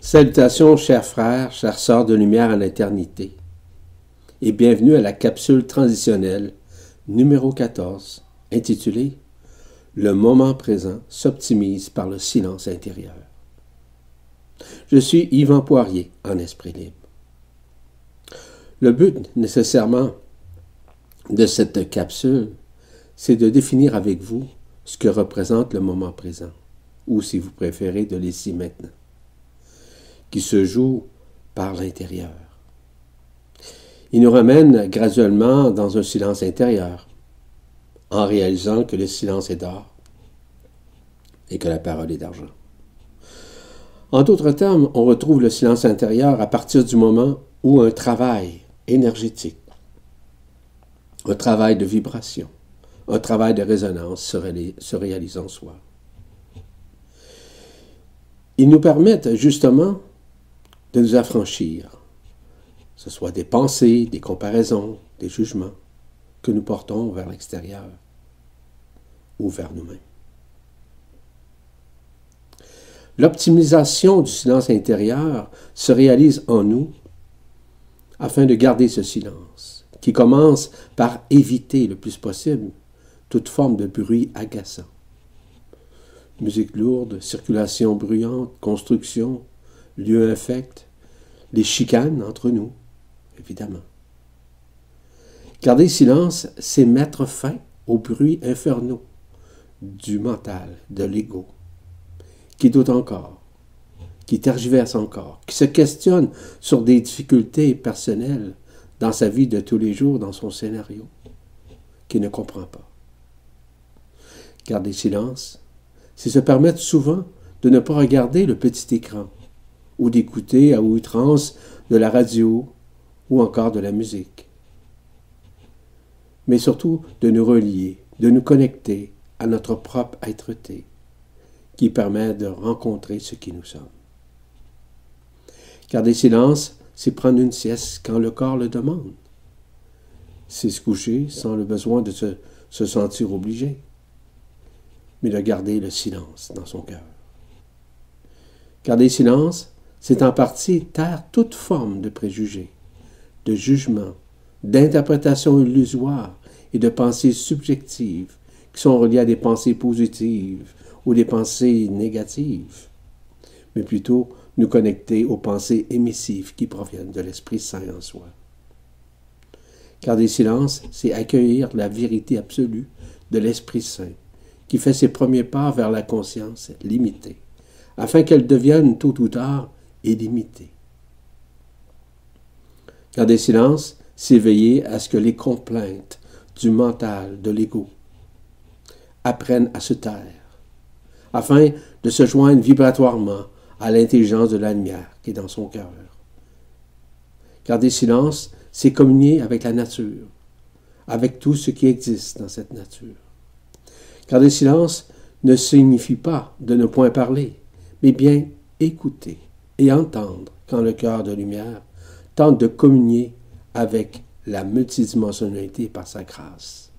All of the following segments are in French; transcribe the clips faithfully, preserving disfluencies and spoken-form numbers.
Salutations, chers frères, chères sœurs de lumière en éternité, et bienvenue à la capsule transitionnelle numéro quatorze, intitulée « Le moment présent s'optimise par le silence intérieur ». Je suis Yvan Poirier, en esprit libre. Le but nécessairement de cette capsule, c'est de définir avec vous ce que représente le moment présent, ou si vous préférez, de l'ici maintenant, qui se joue par l'intérieur. Il nous ramène graduellement dans un silence intérieur, en réalisant que le silence est d'or et que la parole est d'argent. En d'autres termes, on retrouve le silence intérieur à partir du moment où un travail énergétique, un travail de vibration, un travail de résonance se, ré se réalise en soi. Ils nous permettent justement de nous affranchir, que ce soit des pensées, des comparaisons, des jugements que nous portons vers l'extérieur ou vers nous-mêmes. L'optimisation du silence intérieur se réalise en nous afin de garder ce silence, qui commence par éviter le plus possible toute forme de bruit agaçant. Musique lourde, circulation bruyante, construction, lieux infects, les chicanes entre nous, évidemment. Garder silence, c'est mettre fin aux bruits infernaux du mental, de l'ego, qui doute encore, qui tergiverse encore, qui se questionne sur des difficultés personnelles dans sa vie de tous les jours, dans son scénario, qui ne comprend pas. Garder silence, c'est se permettre souvent de ne pas regarder le petit écran, ou d'écouter à outrance de la radio ou encore de la musique. Mais surtout de nous relier, de nous connecter à notre propre être-té, qui permet de rencontrer ce qui nous sommes. Garder silence, c'est prendre une sieste quand le corps le demande. C'est se coucher sans le besoin de se, se sentir obligé, mais de garder le silence dans son cœur. Garder silence, c'est en partie taire toute forme de préjugés, de jugement, d'interprétations illusoires et de pensées subjectives qui sont reliées à des pensées positives ou des pensées négatives, mais plutôt nous connecter aux pensées émissives qui proviennent de l'Esprit Saint en soi. Garder silence, c'est accueillir la vérité absolue de l'Esprit Saint qui fait ses premiers pas vers la conscience limitée, afin qu'elle devienne tôt ou tard illimitée. Garder silence, c'est veiller à ce que les complaintes du mental, de l'ego, apprennent à se taire, afin de se joindre vibratoirement à l'intelligence de la lumière qui est dans son cœur. Garder silence, c'est communier avec la nature, avec tout ce qui existe dans cette nature. Garder silence ne signifie pas de ne point parler, mais bien écouter et entendre quand le cœur de lumière tente de communier avec la multidimensionnalité par sa grâce.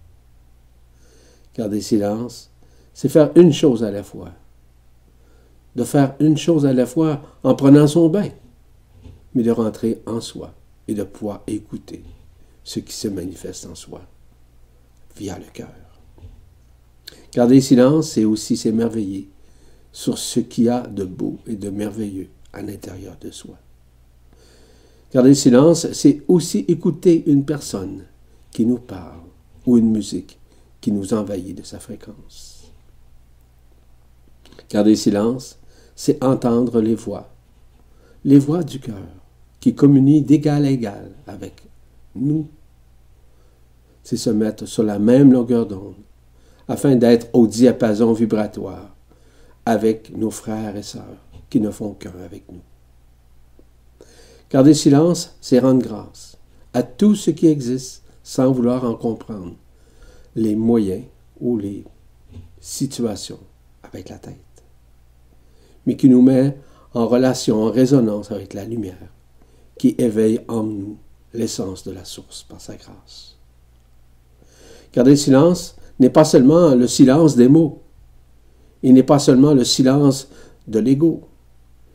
Garder silence, c'est faire une chose à la fois. De faire une chose à la fois en prenant son bain, mais de rentrer en soi et de pouvoir écouter ce qui se manifeste en soi via le cœur. Garder silence, c'est aussi s'émerveiller sur ce qu'il y a de beau et de merveilleux à l'intérieur de soi. Garder silence, c'est aussi écouter une personne qui nous parle ou une musique qui nous envahit de sa fréquence. Garder silence, c'est entendre les voix, les voix du cœur qui communient d'égal à égal avec nous. C'est se mettre sur la même longueur d'onde afin d'être au diapason vibratoire avec nos frères et sœurs qui ne font qu'un avec nous. Garder silence, c'est rendre grâce à tout ce qui existe sans vouloir en comprendre les moyens ou les situations avec la tête, mais qui nous met en relation, en résonance avec la lumière qui éveille en nous l'essence de la source par sa grâce. Garder silence n'est pas seulement le silence des mots, il n'est pas seulement le silence de l'ego,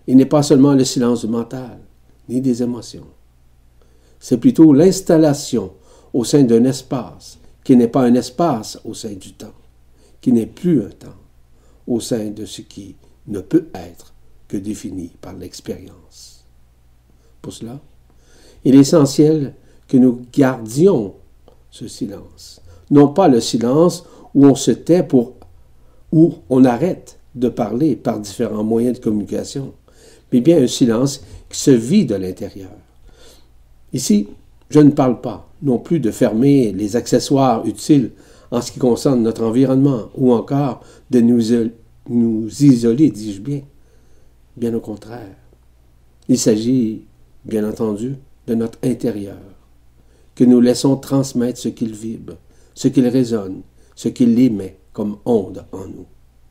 Il n'est pas seulement le silence du mental, ni des émotions. C'est plutôt l'installation au sein d'un espace qui n'est pas un espace au sein du temps, qui n'est plus un temps, au sein de ce qui ne peut être que défini par l'expérience. Pour cela, il est essentiel que nous gardions ce silence. Non pas le silence où on se tait pour, où on arrête de parler par différents moyens de communication, mais bien un silence qui se vit de l'intérieur. Ici, je ne parle pas non plus de fermer les accessoires utiles en ce qui concerne notre environnement ou encore de nous, nous isoler, dis-je bien. Bien au contraire. Il s'agit, bien entendu, de notre intérieur, que nous laissons transmettre ce qu'il vibre, ce qu'il résonne, ce qu'il émet comme onde en nous.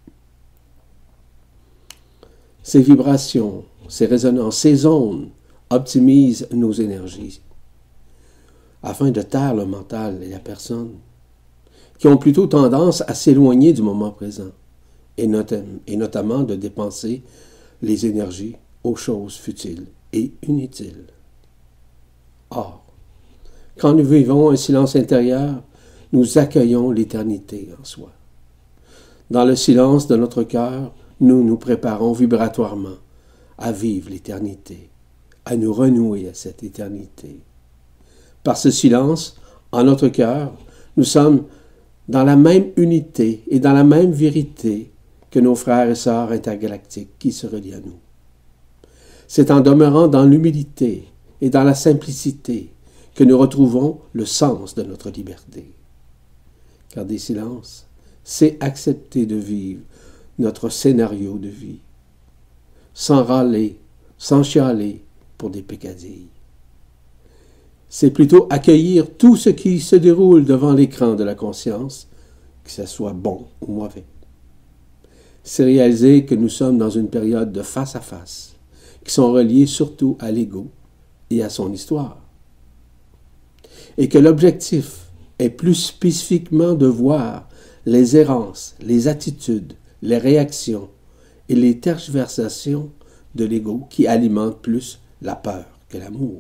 Ces vibrations, ces résonances, ces ondes optimisent nos énergies afin de taire le mental et la personne, qui ont plutôt tendance à s'éloigner du moment présent et, not- et notamment de dépenser les énergies aux choses futiles et inutiles. Or, quand nous vivons un silence intérieur, nous accueillons l'éternité en soi. Dans le silence de notre cœur, nous nous préparons vibratoirement à vivre l'éternité, à nous renouer à cette éternité. Par ce silence, en notre cœur, nous sommes dans la même unité et dans la même vérité que nos frères et sœurs intergalactiques qui se relient à nous. C'est en demeurant dans l'humilité et dans la simplicité que nous retrouvons le sens de notre liberté. Car des silences, c'est accepter de vivre notre scénario de vie, sans râler, sans chialer pour des peccadilles. C'est plutôt accueillir tout ce qui se déroule devant l'écran de la conscience, que ce soit bon ou mauvais. C'est réaliser que nous sommes dans une période de face-à-face, qui sont reliées surtout à l'ego et à son histoire. Et que l'objectif est plus spécifiquement de voir les errances, les attitudes, les réactions et les tergiversations de l'ego qui alimentent plus la peur que l'amour.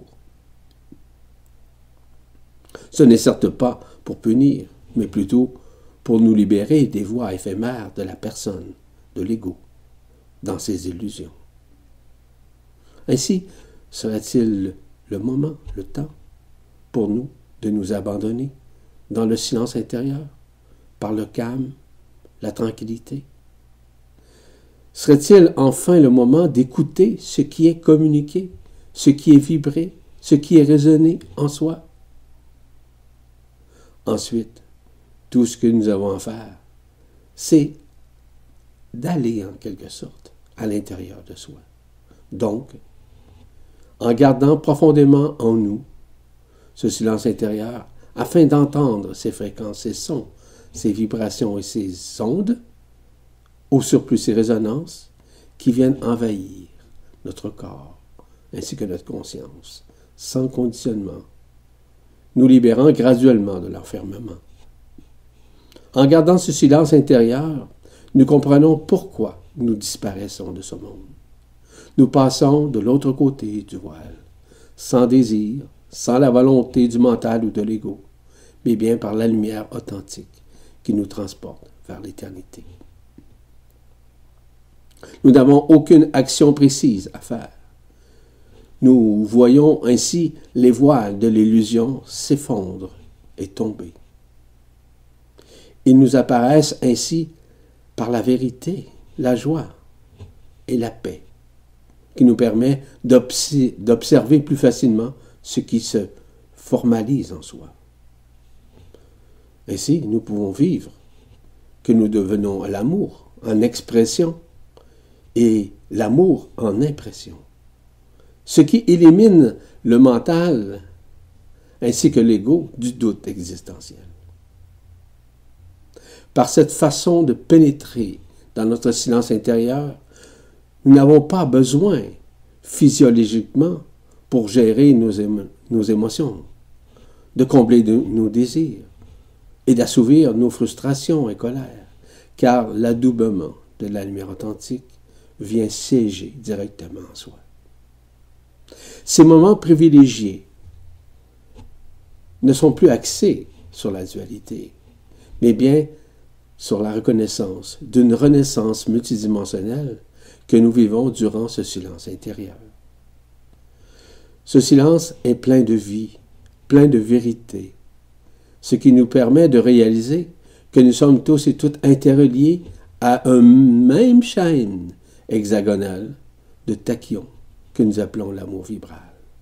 Ce n'est certes pas pour punir, mais plutôt pour nous libérer des voies éphémères de la personne, de l'ego, dans ses illusions. Ainsi, serait-il le moment, le temps, pour nous de nous abandonner dans le silence intérieur, par le calme, la tranquillité? Serait-il enfin le moment d'écouter ce qui est communiqué, ce qui est vibré, ce qui est résonné en soi? Ensuite, tout ce que nous avons à faire, c'est d'aller en quelque sorte à l'intérieur de soi. Donc, en gardant profondément en nous ce silence intérieur, afin d'entendre ces fréquences, ces sons, ces vibrations et ces ondes, au surplus ces résonances, qui viennent envahir notre corps, ainsi que notre conscience, sans conditionnement, nous libérant graduellement de l'enfermement. En gardant ce silence intérieur, nous comprenons pourquoi nous disparaissons de ce monde. Nous passons de l'autre côté du voile, sans désir, sans la volonté du mental ou de l'ego, mais bien par la lumière authentique qui nous transporte vers l'éternité. Nous n'avons aucune action précise à faire. Nous voyons ainsi les voiles de l'illusion s'effondrer et tomber. Ils nous apparaissent ainsi par la vérité, la joie et la paix, qui nous permet d'observer plus facilement ce qui se formalise en soi. Ainsi, nous pouvons vivre que nous devenons l'amour en expression et l'amour en impression, ce qui élimine le mental ainsi que l'ego du doute existentiel. Par cette façon de pénétrer dans notre silence intérieur, nous n'avons pas besoin physiologiquement pour gérer nos, émo- nos émotions, de combler de, nos désirs et d'assouvir nos frustrations et colères, car l'adoubement de la lumière authentique vient siéger directement en soi. Ces moments privilégiés ne sont plus axés sur la dualité, mais bien sur la reconnaissance d'une renaissance multidimensionnelle que nous vivons durant ce silence intérieur. Ce silence est plein de vie, plein de vérité, ce qui nous permet de réaliser que nous sommes tous et toutes interreliés à une même chaîne hexagonale de tachyons que nous appelons l'amour vibral.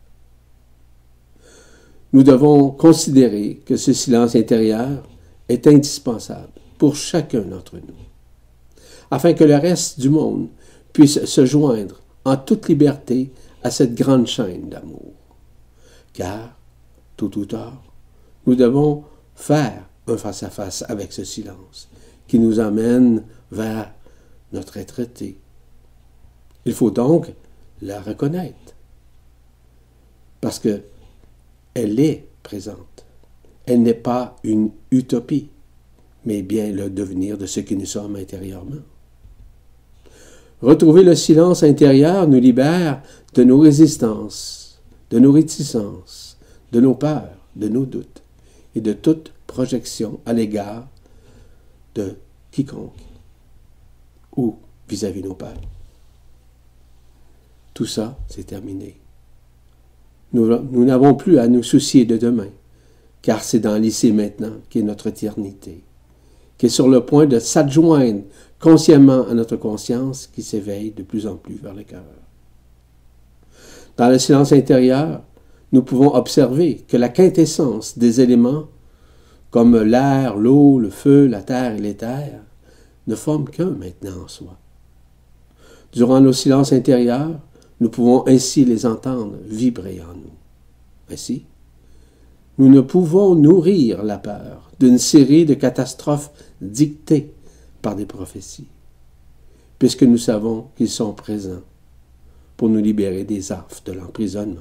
Nous devons considérer que ce silence intérieur est indispensable pour chacun d'entre nous, afin que le reste du monde puisse se joindre en toute liberté à cette grande chaîne d'amour. Car, tôt ou tard, nous devons faire un face-à-face avec ce silence qui nous amène vers notre être-té. Il faut donc la reconnaître, parce que elle est présente. Elle n'est pas une utopie, mais bien le devenir de ce que nous sommes intérieurement. Retrouver le silence intérieur nous libère de nos résistances, de nos réticences, de nos peurs, de nos doutes et de toute projection à l'égard de quiconque ou vis-à-vis nos peurs. Tout ça, c'est terminé. Nous, nous n'avons plus à nous soucier de demain, car c'est dans l'ici et maintenant qu'est notre éternité, qui est sur le point de s'adjoindre consciemment à notre conscience qui s'éveille de plus en plus vers le cœur. Dans le silence intérieur, nous pouvons observer que la quintessence des éléments, comme l'air, l'eau, le feu, la terre et l'éther, ne forment qu'un maintenant en soi. Durant nos silences intérieurs, nous pouvons ainsi les entendre vibrer en nous. Ainsi, nous ne pouvons nourrir la peur d'une série de catastrophes dictées par des prophéties, puisque nous savons qu'ils sont présents pour nous libérer des affres de l'emprisonnement.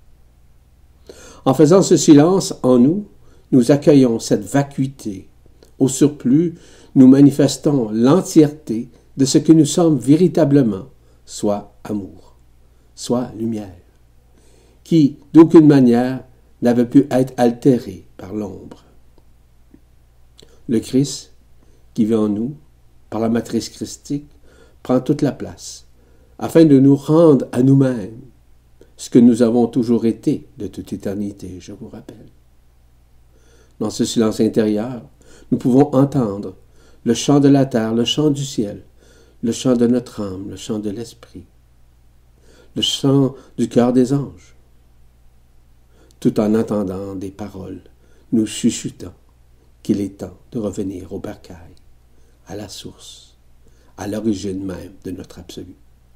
En faisant ce silence en nous, nous accueillons cette vacuité. Au surplus, nous manifestons l'entièreté de ce que nous sommes véritablement, soit amour, soit lumière, qui, d'aucune manière, n'avait pu être altéré par l'ombre. Le Christ, qui vit en nous, par la matrice christique, prend toute la place, afin de nous rendre à nous-mêmes ce que nous avons toujours été de toute éternité, je vous rappelle. Dans ce silence intérieur, nous pouvons entendre le chant de la terre, le chant du ciel, le chant de notre âme, le chant de l'esprit, le chant du cœur des anges, tout en entendant des paroles nous chuchotant qu'il est temps de revenir au bercail, à la source, à l'origine même de notre absolu.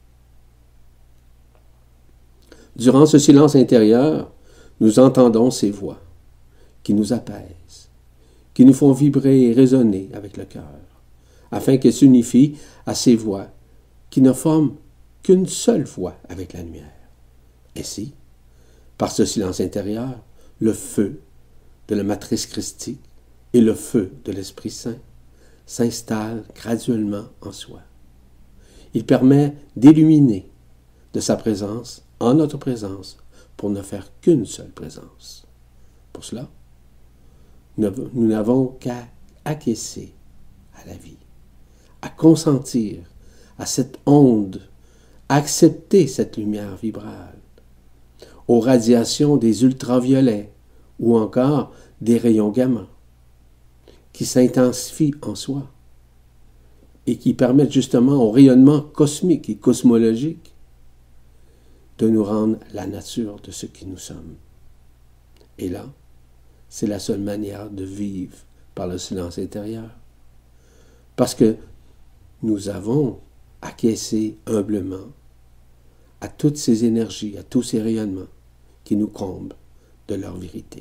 Durant ce silence intérieur, nous entendons ces voix qui nous apaisent, qui nous font vibrer et résonner avec le cœur, afin qu'elles s'unifient à ces voix qui ne forment qu'une seule voix avec la lumière. Ainsi, par ce silence intérieur, le feu de la matrice christique et le feu de l'Esprit Saint s'installent graduellement en soi. Il permet d'illuminer de sa présence en notre présence pour ne faire qu'une seule présence. Pour cela, nous n'avons qu'à acquiescer à la vie, à consentir à cette onde, à accepter cette lumière vibrale, aux radiations des ultraviolets ou encore des rayons gamma qui s'intensifient en soi et qui permettent justement au rayonnement cosmique et cosmologique de nous rendre la nature de ce qui nous sommes. Et là, c'est la seule manière de vivre par le silence intérieur. Parce que nous avons acquiescé humblement à toutes ces énergies, à tous ces rayonnements qui nous comblent de leur vérité.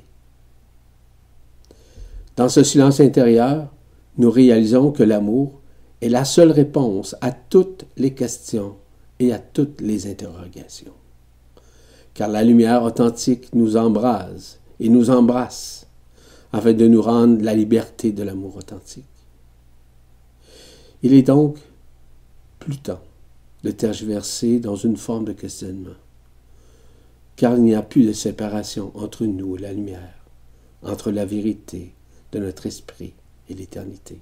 Dans ce silence intérieur, nous réalisons que l'amour est la seule réponse à toutes les questions et à toutes les interrogations. Car la lumière authentique nous embrase et nous embrasse afin de nous rendre la liberté de l'amour authentique. Il est donc plus temps de tergiverser dans une forme de questionnement. Car il n'y a plus de séparation entre nous et la lumière, entre la vérité de notre esprit et l'éternité.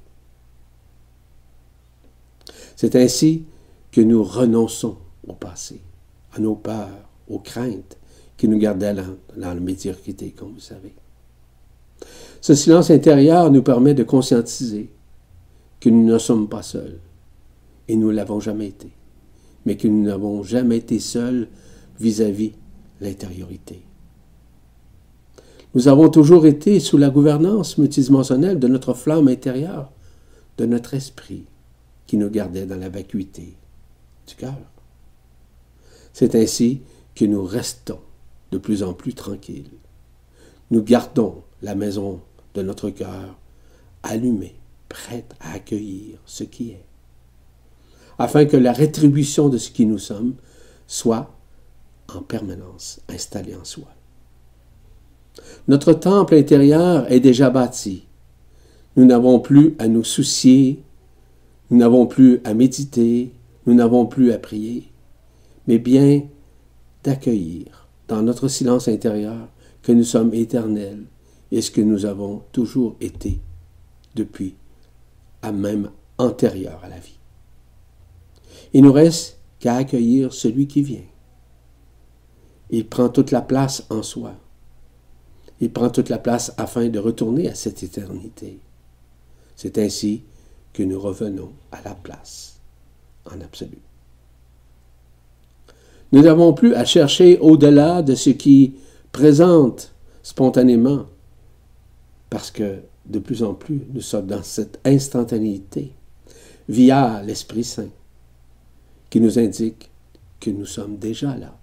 C'est ainsi que nous renonçons au passé, à nos peurs, aux craintes qui nous gardaient dans, dans la médiocrité, comme vous savez. Ce silence intérieur nous permet de conscientiser que nous ne sommes pas seuls, et nous ne l'avons jamais été, mais que nous n'avons jamais été seuls vis-à-vis l'intériorité. Nous avons toujours été sous la gouvernance multidimensionnelle de notre flamme intérieure, de notre esprit, qui nous gardait dans la vacuité du cœur. C'est ainsi que nous restons de plus en plus tranquilles. Nous gardons la maison de notre cœur allumée, prête à accueillir ce qui est, afin que la rétribution de ce qui nous sommes soit en permanence installée en soi. Notre temple intérieur est déjà bâti. Nous n'avons plus à nous soucier, nous n'avons plus à méditer, nous n'avons plus à prier, mais bien d'accueillir dans notre silence intérieur que nous sommes éternels et ce que nous avons toujours été depuis, à même antérieur à la vie. Il nous reste qu'à accueillir celui qui vient. Il prend toute la place en soi. Il prend toute la place afin de retourner à cette éternité. C'est ainsi que nous revenons à la place en absolu. Nous n'avons plus à chercher au-delà de ce qui présente spontanément, parce que de plus en plus nous sommes dans cette instantanéité via l'Esprit Saint qui nous indique que nous sommes déjà là.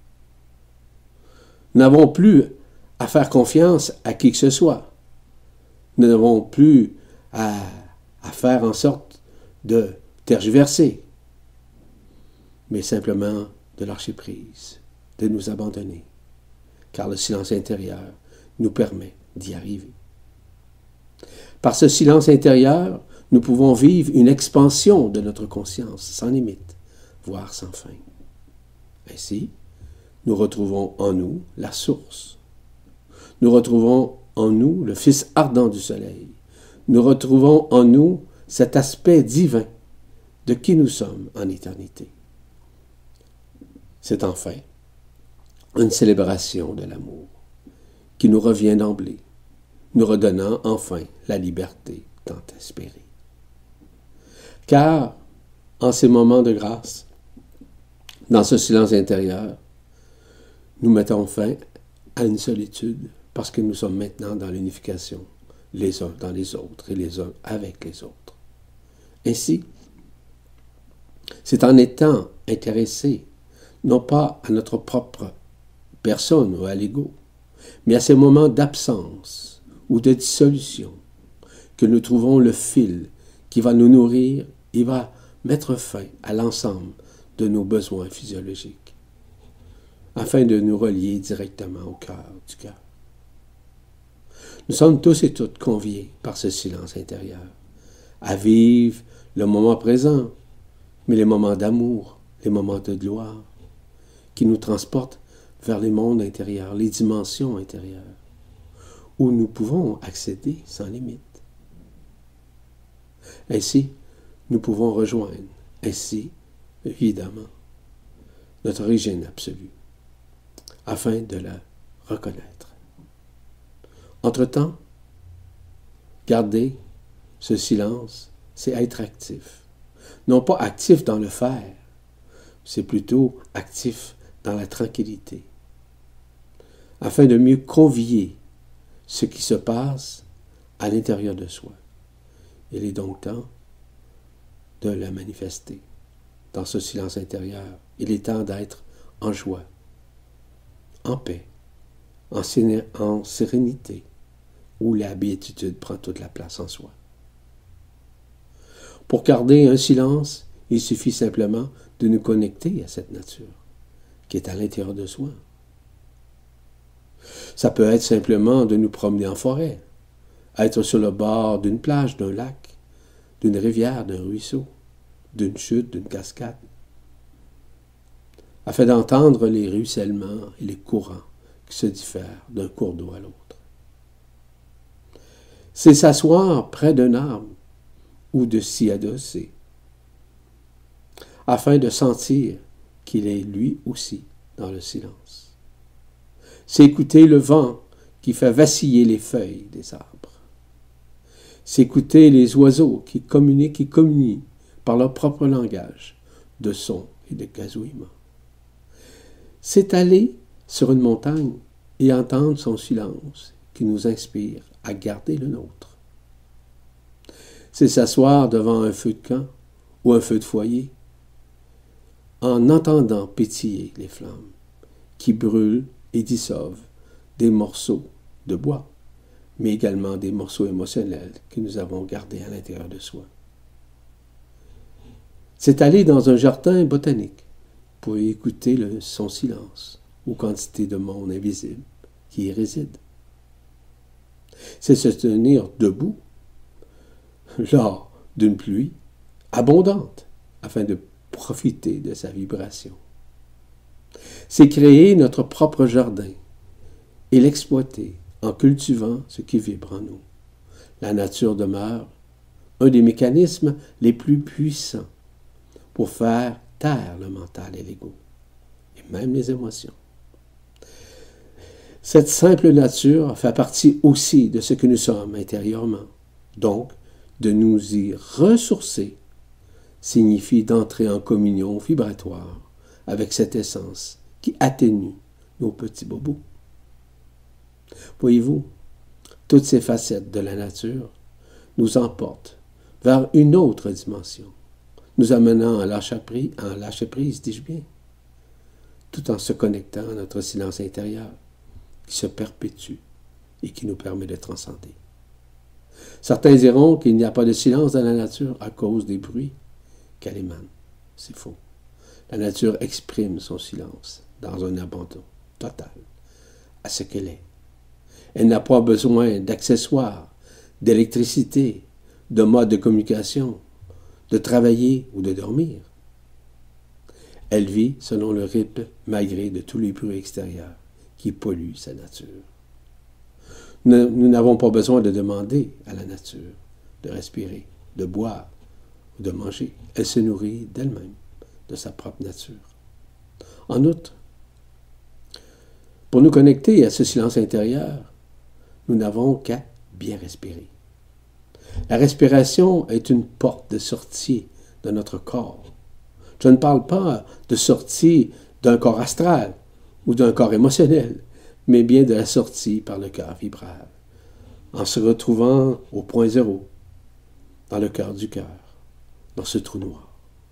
Nous n'avons plus à faire confiance à qui que ce soit. Nous n'avons plus à, à faire en sorte de tergiverser, mais simplement de lâcher prise, de nous abandonner, car le silence intérieur nous permet d'y arriver. Par ce silence intérieur, nous pouvons vivre une expansion de notre conscience sans limite, voire sans fin. Ainsi, nous retrouvons en nous la source. Nous retrouvons en nous le Fils ardent du soleil. Nous retrouvons en nous cet aspect divin de qui nous sommes en éternité. C'est enfin une célébration de l'amour qui nous revient d'emblée, nous redonnant enfin la liberté tant espérée. Car, en ces moments de grâce, dans ce silence intérieur, nous mettons fin à une solitude parce que nous sommes maintenant dans l'unification, les uns dans les autres et les uns avec les autres. Ainsi, c'est en étant intéressés, non pas à notre propre personne ou à l'ego, mais à ces moments d'absence ou de dissolution, que nous trouvons le fil qui va nous nourrir et va mettre fin à l'ensemble de nos besoins physiologiques, afin de nous relier directement au cœur du cœur. Nous sommes tous et toutes conviés par ce silence intérieur à vivre le moment présent, mais les moments d'amour, les moments de gloire, qui nous transportent vers les mondes intérieurs, les dimensions intérieures, où nous pouvons accéder sans limite. Ainsi, nous pouvons rejoindre, ainsi, évidemment, notre origine absolue, afin de la reconnaître. Entre-temps, garder ce silence, c'est être actif. Non pas actif dans le faire, c'est plutôt actif dans la tranquillité, afin de mieux convier ce qui se passe à l'intérieur de soi. Il est donc temps de la manifester dans ce silence intérieur. Il est temps d'être en joie, en paix, en, séné- en sérénité, où la béatitude prend toute la place en soi. Pour garder un silence, il suffit simplement de nous connecter à cette nature qui est à l'intérieur de soi. Ça peut être simplement de nous promener en forêt, être sur le bord d'une plage, d'un lac, d'une rivière, d'un ruisseau, d'une chute, d'une cascade. afin d'entendre les ruissellements et les courants qui se diffèrent d'un cours d'eau à l'autre. C'est s'asseoir près d'un arbre ou de s'y adosser, afin de sentir qu'il est lui aussi dans le silence. C'est écouter le vent qui fait vaciller les feuilles des arbres. C'est écouter les oiseaux qui communiquent et communient par leur propre langage de sons et de gazouillements. C'est aller sur une montagne et entendre son silence qui nous inspire à garder le nôtre. C'est s'asseoir devant un feu de camp ou un feu de foyer en entendant pétiller les flammes qui brûlent et dissolvent des morceaux de bois, mais également des morceaux émotionnels que nous avons gardés à l'intérieur de soi. C'est aller dans un jardin botanique pour y écouter le, son silence ou quantité de monde invisible qui y réside. C'est se tenir debout lors d'une pluie abondante afin de profiter de sa vibration. C'est créer notre propre jardin et l'exploiter en cultivant ce qui vibre en nous. La nature demeure un des mécanismes les plus puissants pour faire taire le mental et l'ego, et même les émotions. Cette simple nature fait partie aussi de ce que nous sommes intérieurement. Donc, de nous y ressourcer signifie d'entrer en communion vibratoire avec cette essence qui atténue nos petits bobos. Voyez-vous, toutes ces facettes de la nature nous emportent vers une autre dimension, nous amenant à lâcher prise, à lâcher prise, dis-je bien, tout en se connectant à notre silence intérieur qui se perpétue et qui nous permet de transcender. Certains diront qu'il n'y a pas de silence dans la nature à cause des bruits qu'elle émane. C'est faux. La nature exprime son silence dans un abandon total à ce qu'elle est. Elle n'a pas besoin d'accessoires, d'électricité, de modes de communication, de travailler ou de dormir. Elle vit selon le rythme malgré de tous les bruits extérieurs qui polluent sa nature. Nous n'avons pas besoin de demander à la nature de respirer, de boire ou de manger. Elle se nourrit d'elle-même, de sa propre nature. En outre, pour nous connecter à ce silence intérieur, nous n'avons qu'à bien respirer. La respiration est une porte de sortie de notre corps. Je ne parle pas de sortie d'un corps astral ou d'un corps émotionnel, mais bien de la sortie par le cœur vibral, en se retrouvant au point zéro, dans le cœur du cœur, dans ce trou noir.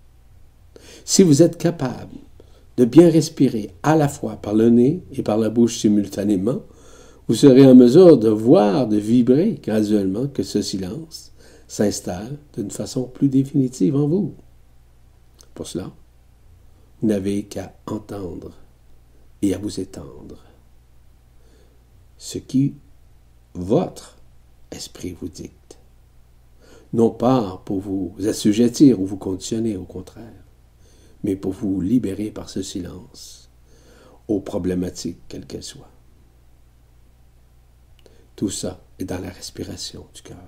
Si vous êtes capable de bien respirer à la fois par le nez et par la bouche simultanément, vous serez en mesure de voir, de vibrer graduellement que ce silence s'installe d'une façon plus définitive en vous. Pour cela, vous n'avez qu'à entendre et à vous étendre ce qui votre esprit vous dicte. Non pas pour vous assujettir ou vous conditionner, au contraire, mais pour vous libérer par ce silence aux problématiques quelles qu'elles soient. Tout ça est dans la respiration du cœur.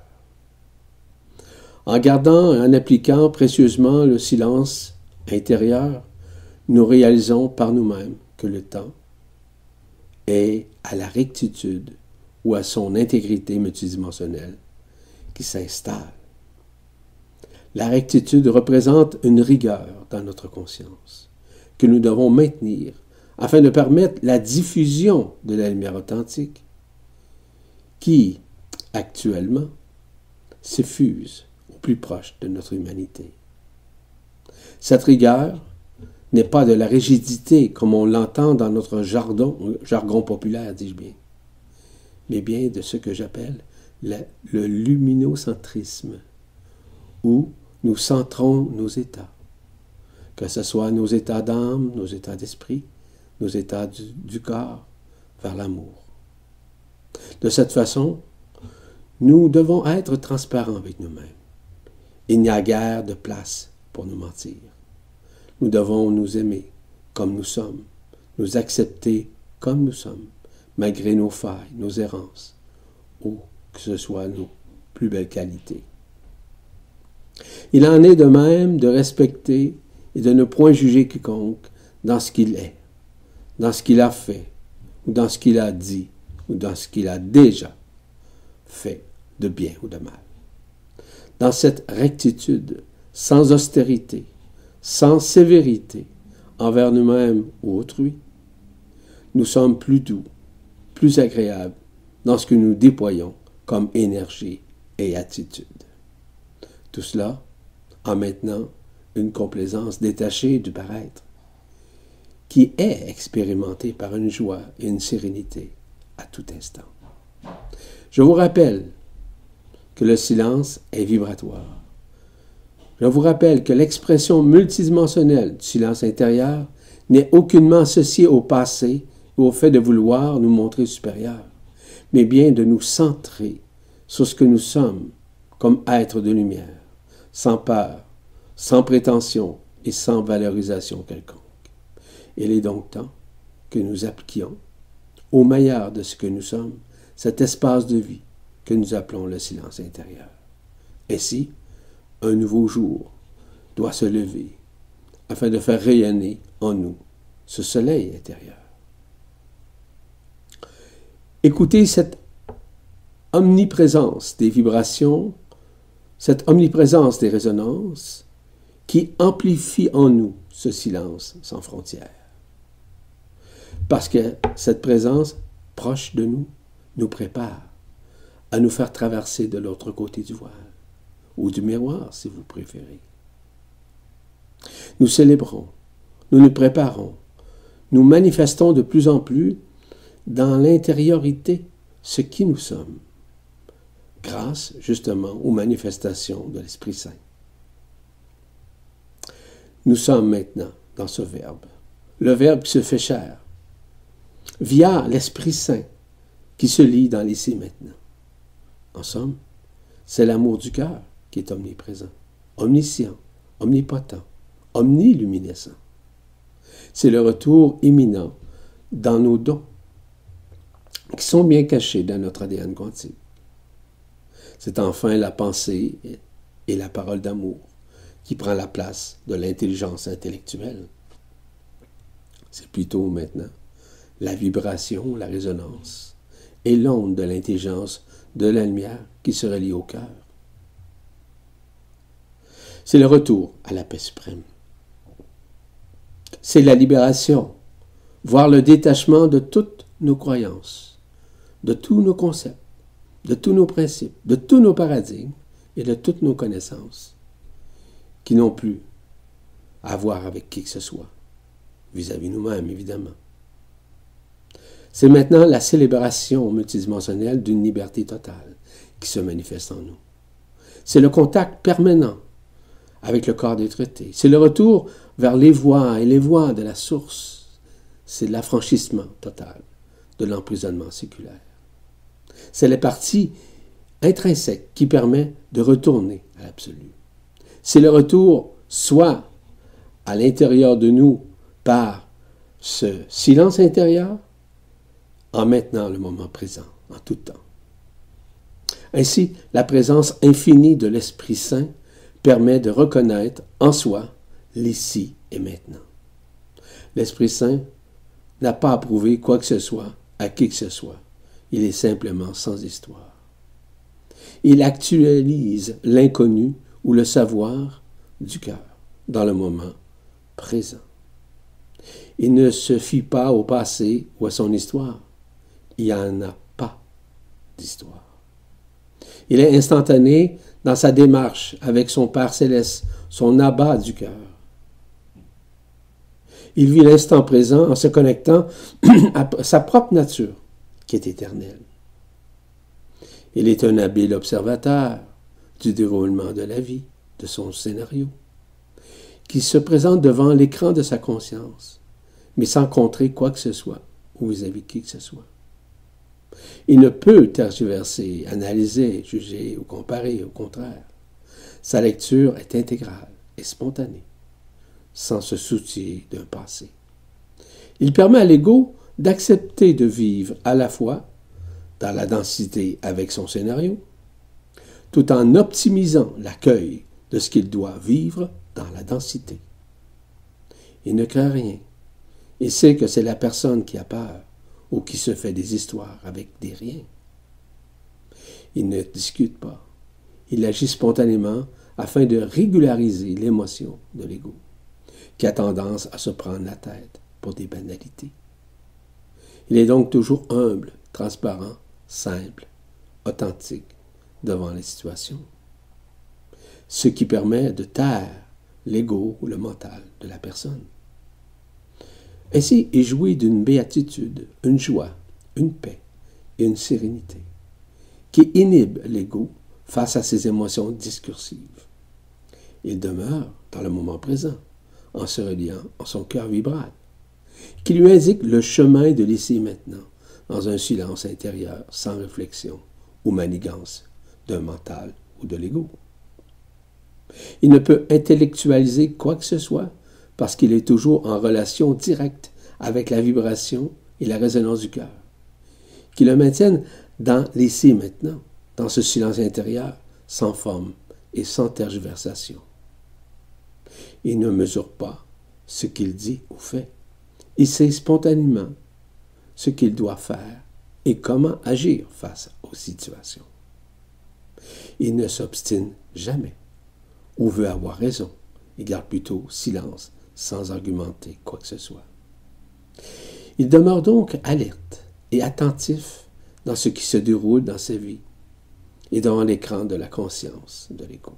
En gardant et en appliquant précieusement le silence intérieur, nous réalisons par nous-mêmes que le temps est à la rectitude ou à son intégrité multidimensionnelle qui s'installe. La rectitude représente une rigueur dans notre conscience que nous devons maintenir afin de permettre la diffusion de la lumière authentique qui, actuellement, s'effuse au plus proche de notre humanité. Cette rigueur n'est pas de la rigidité comme on l'entend dans notre jargon, jargon populaire, dis-je bien, mais bien de ce que j'appelle la, le luminocentrisme, où nous centrons nos états, que ce soit nos états d'âme, nos états d'esprit, nos états du, du corps, vers l'amour. De cette façon, nous devons être transparents avec nous-mêmes. Il n'y a guère de place pour nous mentir. Nous devons nous aimer comme nous sommes, nous accepter comme nous sommes, malgré nos failles, nos errances, ou que ce soit nos plus belles qualités. Il en est de même de respecter et de ne point juger quiconque dans ce qu'il est, dans ce qu'il a fait, ou dans ce qu'il a dit, ou dans ce qu'il a déjà fait de bien ou de mal. Dans cette rectitude, sans austérité, sans sévérité envers nous-mêmes ou autrui, nous sommes plus doux, plus agréables dans ce que nous déployons comme énergie et attitude. Tout cela en maintenant une complaisance détachée du paraître, qui est expérimentée par une joie et une sérénité à tout instant. Je vous rappelle que le silence est vibratoire. Je vous rappelle que l'expression multidimensionnelle du silence intérieur n'est aucunement associée au passé ou au fait de vouloir nous montrer supérieurs, mais bien de nous centrer sur ce que nous sommes comme êtres de lumière, sans peur, sans prétention et sans valorisation quelconque. Il est donc temps que nous appliquions, au meilleur de ce que nous sommes, cet espace de vie que nous appelons le silence intérieur. Ainsi, un nouveau jour doit se lever afin de faire rayonner en nous ce soleil intérieur. Écoutez cette omniprésence des vibrations, cette omniprésence des résonances qui amplifie en nous ce silence sans frontières. Parce que cette présence proche de nous nous prépare à nous faire traverser de l'autre côté du voile, ou du miroir si vous préférez. Nous célébrons, nous nous préparons, nous manifestons de plus en plus dans l'intériorité ce qui nous sommes, grâce justement aux manifestations de l'Esprit Saint. Nous sommes maintenant dans ce Verbe, le Verbe qui se fait chair, via l'Esprit Saint qui se lit dans l'ici maintenant. En somme, c'est l'amour du cœur qui est omniprésent, omniscient, omnipotent, omniluminescent. C'est le retour imminent dans nos dons, qui sont bien cachés dans notre A D N quantique. C'est enfin la pensée et la parole d'amour qui prend la place de l'intelligence intellectuelle. C'est plutôt maintenant la vibration, la résonance et l'onde de l'intelligence de la lumière qui se relie au cœur. C'est le retour à la paix suprême. C'est la libération, voire le détachement de toutes nos croyances, de tous nos concepts, de tous nos principes, de tous nos paradigmes et de toutes nos connaissances, qui n'ont plus à voir avec qui que ce soit, vis-à-vis nous-mêmes, évidemment. C'est maintenant la célébration multidimensionnelle d'une liberté totale qui se manifeste en nous. C'est le contact permanent avec le corps détraité. C'est le retour vers les voies et les voies de la source. C'est l'affranchissement total de l'emprisonnement séculaire. C'est la partie intrinsèque qui permet de retourner à l'absolu. C'est le retour soit à l'intérieur de nous par ce silence intérieur, en maintenant le moment présent, en tout temps. Ainsi, la présence infinie de l'Esprit Saint permet de reconnaître en soi l'ici et maintenant. L'Esprit Saint n'a pas à prouver quoi que ce soit à qui que ce soit. Il est simplement sans histoire. Il actualise l'inconnu ou le savoir du cœur dans le moment présent. Il ne se fie pas au passé ou à son histoire. Il n'y en a pas d'histoire. Il est instantané dans sa démarche avec son Père céleste, son abat du cœur. Il vit l'instant présent en se connectant à sa propre nature, qui est éternelle. Il est un habile observateur du déroulement de la vie, de son scénario, qui se présente devant l'écran de sa conscience, mais sans contrer quoi que ce soit, ou vis-à-vis qui que ce soit. Il ne peut tergiverser, analyser, juger ou comparer, au contraire. Sa lecture est intégrale et spontanée, sans se soucier d'un passé Il permet à l'ego d'accepter de vivre à la fois dans la densité avec son scénario, tout en optimisant l'accueil de ce qu'il doit vivre dans la densité. Il ne craint rien. Il sait que c'est la personne qui a peur ou qui se fait des histoires avec des riens. Il ne discute pas. Il agit spontanément afin de régulariser l'émotion de l'ego, qui a tendance à se prendre la tête pour des banalités. Il est donc toujours humble, transparent, simple, authentique devant les situations, ce qui permet de taire l'ego ou le mental de la personne. Ainsi, il jouit d'une béatitude, une joie, une paix et une sérénité qui inhibe l'ego face à ses émotions discursives. Il demeure dans le moment présent, en se reliant en son cœur vibral, qui lui indique le chemin de l'ici maintenant, dans un silence intérieur, sans réflexion ou manigance d'un mental ou de l'ego. Il ne peut intellectualiser quoi que ce soit parce qu'il est toujours en relation directe avec la vibration et la résonance du cœur, qui le maintiennent dans l'ici maintenant, dans ce silence intérieur, sans forme et sans tergiversation. Il ne mesure pas ce qu'il dit ou fait. Il sait spontanément ce qu'il doit faire et comment agir face aux situations. Il ne s'obstine jamais ou veut avoir raison. Il garde plutôt silence sans argumenter quoi que ce soit. Il demeure donc alerte et attentif dans ce qui se déroule dans sa vie et devant l'écran de la conscience de l'ego.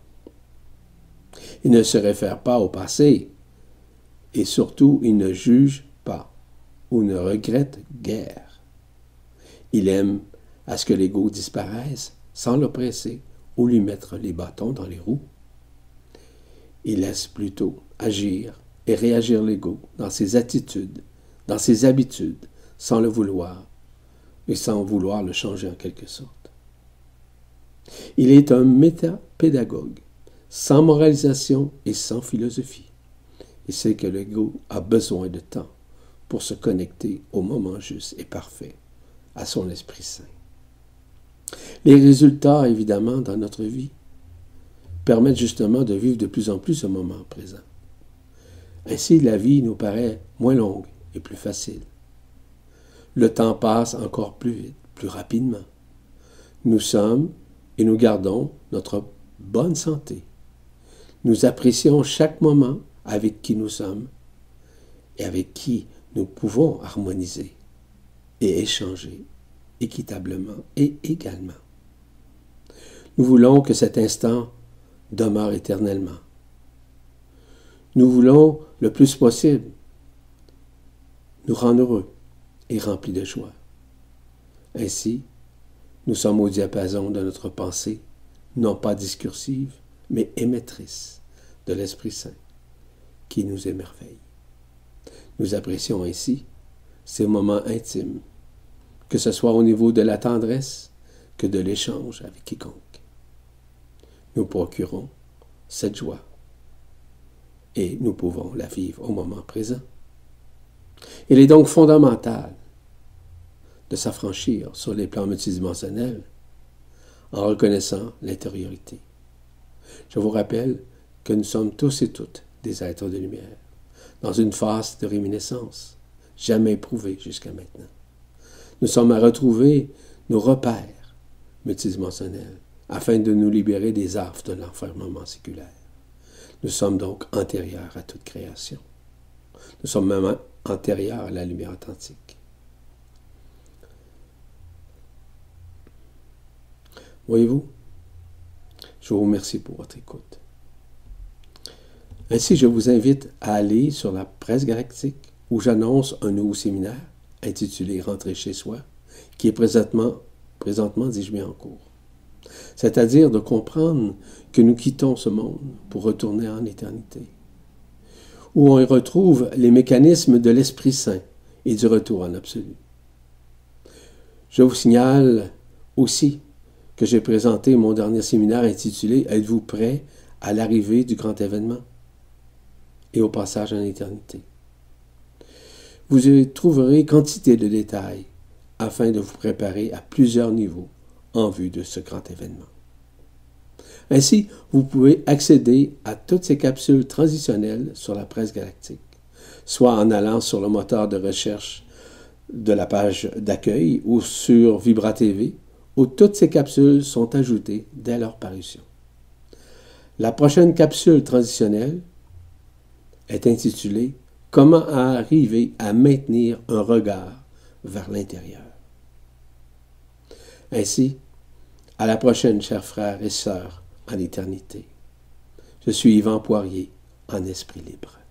Il ne se réfère pas au passé et surtout il ne juge pas ou ne regrette guère. Il aime à ce que l'ego disparaisse sans l'oppresser ou lui mettre les bâtons dans les roues. Il laisse plutôt agir et réagir l'ego dans ses attitudes, dans ses habitudes, sans le vouloir et sans vouloir le changer en quelque sorte. Il est un métapédagogue, sans moralisation et sans philosophie. Il sait que l'ego a besoin de temps pour se connecter au moment juste et parfait, à son Esprit Saint. Les résultats, évidemment, dans notre vie, permettent justement de vivre de plus en plus ce moment présent. Ainsi, la vie nous paraît moins longue et plus facile. Le temps passe encore plus vite, plus rapidement. Nous sommes et nous gardons notre bonne santé. Nous apprécions chaque moment avec qui nous sommes et avec qui nous pouvons harmoniser et échanger équitablement et également. Nous voulons que cet instant demeure éternellement. Nous voulons le plus possible nous rendre heureux et remplis de joie. Ainsi, nous sommes au diapason de notre pensée, non pas discursive, mais émettrice de l'Esprit Saint, qui nous émerveille. Nous apprécions ainsi ces moments intimes, que ce soit au niveau de la tendresse que de l'échange avec quiconque. Nous procurons cette joie et nous pouvons la vivre au moment présent. Il est donc fondamental de s'affranchir sur les plans multidimensionnels en reconnaissant l'intériorité. Je vous rappelle que nous sommes tous et toutes des êtres de lumière, dans une phase de réminiscence, jamais éprouvée jusqu'à maintenant. Nous sommes à retrouver nos repères multidimensionnels afin de nous libérer des affres de l'enfermement séculaire. Nous sommes donc antérieurs à toute création. Nous sommes même antérieurs à la lumière authentique. Voyez-vous, je vous remercie pour votre écoute. Ainsi, je vous invite à aller sur la presse galactique où j'annonce un nouveau séminaire intitulé « Rentrer chez soi » qui est présentement, présentement dis-je bien, en cours. C'est-à-dire de comprendre que nous quittons ce monde pour retourner en éternité, où on y retrouve les mécanismes de l'Esprit Saint et du retour en absolu. Je vous signale aussi que j'ai présenté mon dernier séminaire intitulé « Êtes-vous prêt à l'arrivée du grand événement et au passage en éternité ?» vous y trouverez quantité de détails afin de vous préparer à plusieurs niveaux en vue de ce grand événement. Ainsi, vous pouvez accéder à toutes ces capsules transitionnelles sur la presse galactique, soit en allant sur le moteur de recherche de la page d'accueil ou sur Vibra T V, où toutes ces capsules sont ajoutées dès leur parution. La prochaine capsule transitionnelle est intitulée « Comment arriver à maintenir un regard vers l'intérieur ». Ainsi, à la prochaine, chers frères et sœurs, en éternité. Je suis Yvan Poirier, en esprit libre.